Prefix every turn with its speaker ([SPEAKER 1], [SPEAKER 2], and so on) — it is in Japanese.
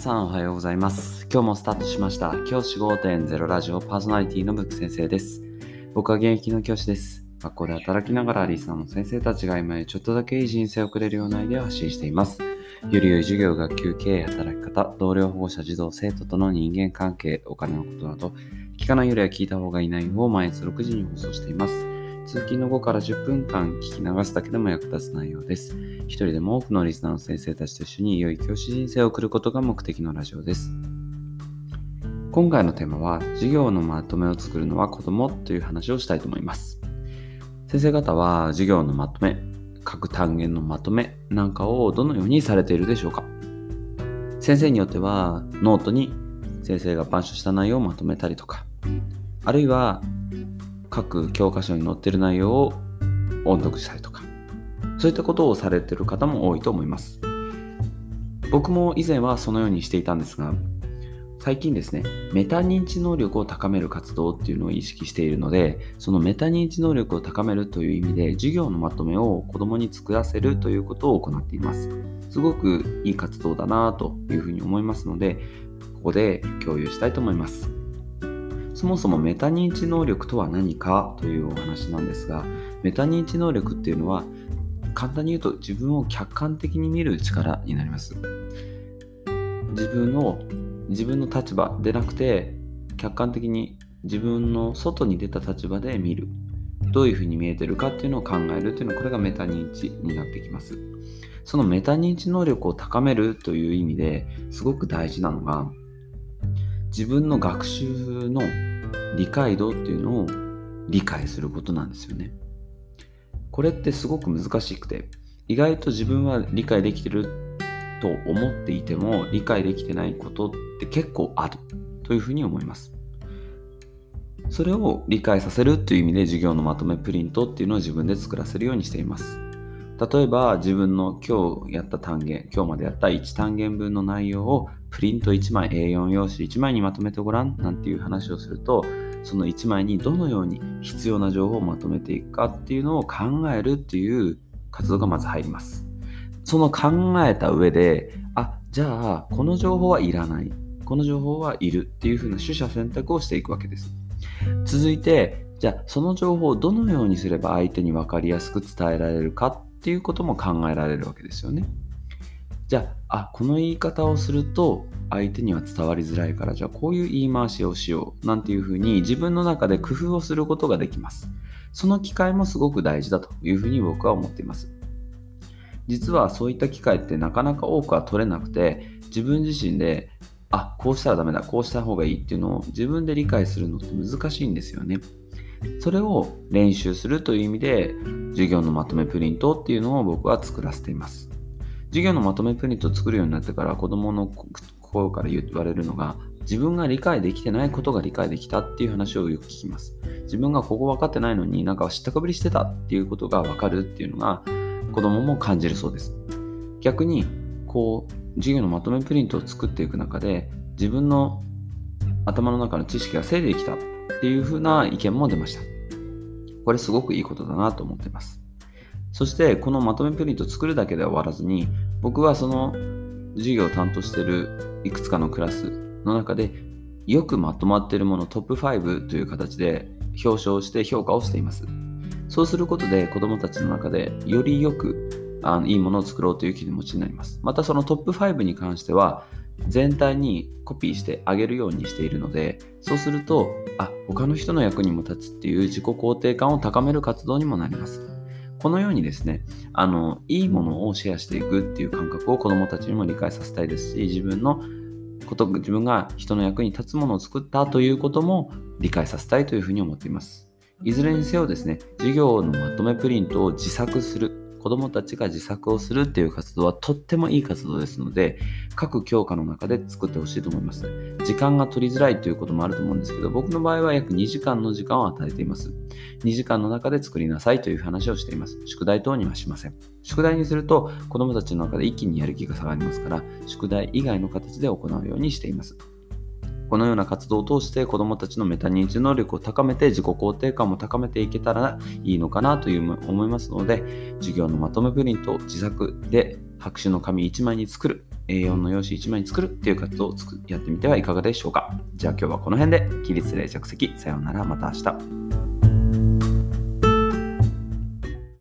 [SPEAKER 1] さんおはようございます。今日もスタートしました教師 5.0 ラジオパーソナリティのブック先生です。僕は現役の教師です。学校で働きながらリスナーの先生たちが今よりちょっとだけいい人生を送れるようなアイデアを発信しています。より良い授業、学級経営、働き方、同僚、保護者、児童、生徒との人間関係、お金のことなど聞かないよりは聞いた方がいい内容を毎日6時に放送しています。通勤の後から10分間聞き流すだけでも役立つ内容です。一人でも多くのリスナーの先生たちと一緒に良い教師人生を送ることが目的のラジオです。今回のテーマは、授業のまとめを作るのは子供という話をしたいと思います。先生方は授業のまとめ、各単元のまとめなんかをどのようにされているでしょうか。先生によってはノートに先生が板書した内容をまとめたりとか、あるいは各教科書に載っている内容を音読したりとか、そういったことをされている方も多いと思います。僕も以前はそのようにしていたんですが、最近ですね、メタ認知能力を高める活動っていうのを意識しているので、そのメタ認知能力を高めるという意味で授業のまとめを子どもに作らせるということを行っています。すごくいい活動だなというふうに思いますので、ここで共有したいと思います。そもそもメタ認知能力とは何かというお話なんですが、メタ認知能力っていうのは簡単に言うと自分を客観的に見る力になります。自分の立場でなくて客観的に自分の外に出た立場で見る。どういうふうに見えてるかっていうのを考えるというのは、これがメタ認知になってきます。そのメタ認知能力を高めるという意味ですごく大事なのが、自分の学習の理解度っていうのを理解することなんですよね。これってすごく難しくて、意外と自分は理解できてると思っていても理解できてないことって結構あるというふうに思います。それを理解させるという意味で授業のまとめプリントっていうのを自分で作らせるようにしています。例えば自分の今日までやった1単元分の内容をプリント1枚 A4 用紙1枚にまとめてごらんなんていう話をすると、その1枚にどのように必要な情報をまとめていくかっていうのを考えるっていう活動がまず入ります。その考えた上で、じゃあこの情報はいらない、この情報はいるっていうふうな取捨選択をしていくわけです。続いて、じゃあその情報をどのようにすれば相手に分かりやすく伝えられるかっていうことも考えられるわけですよね。じゃあ、この言い方をすると相手には伝わりづらいから、じゃあこういう言い回しをしようなんていうふうに自分の中で工夫をすることができます。その機会もすごく大事だというふうに僕は思っています。実はそういった機会ってなかなか多くは取れなくて、自分自身でこうしたらダメだ、こうした方がいいっていうのを自分で理解するのって難しいんですよね。それを練習するという意味で授業のまとめプリントっていうのを僕は作らせています。授業のまとめプリントを作るようになってから子どもの声から言われるのが、自分が理解できてないことが理解できたっていう話をよく聞きます。自分がここ分かってないのに知ったかぶりしてたっていうことが分かるっていうのが子どもも感じるそうです。逆に授業のまとめプリントを作っていく中で自分の頭の中の知識が整理できたっていう風な意見も出ました。これすごくいいことだなと思っています。そしてこのまとめプリントを作るだけでは終わらずに、僕はその授業を担当しているいくつかのクラスの中でよくまとまっているものトップ5という形で表彰して評価をしています。そうすることで子どもたちの中でよりよくいいものを作ろうという気持ちになります。またそのトップ5に関しては全体にコピーしてあげるようにしているので、そうすると他の人の役にも立つっていう自己肯定感を高める活動にもなります。このようにですね、いいものをシェアしていくっていう感覚を子どもたちにも理解させたいですし、自分が人の役に立つものを作ったということも理解させたいというふうに思っています。いずれにせよですね、授業のまとめプリントを自作する、子どもたちが自作をするっていう活動はとってもいい活動ですので、各教科の中で作ってほしいと思います。時間が取りづらいということもあると思うんですけど、僕の場合は約2時間の時間を与えています。2時間の中で作りなさいという話をしています。宿題等にはしません。宿題にすると子どもたちの中で一気にやる気が下がりますから、宿題以外の形で行うようにしています。このような活動を通して子どもたちのメタ認知能力を高めて自己肯定感も高めていけたらいいのかなと思いますので、授業のまとめプリントを自作で白紙の紙1枚に作る A4 の用紙1枚に作るっていう活動をやってみてはいかがでしょうか。じゃあ今日はこの辺で。起立、礼着席、さようなら、また明日。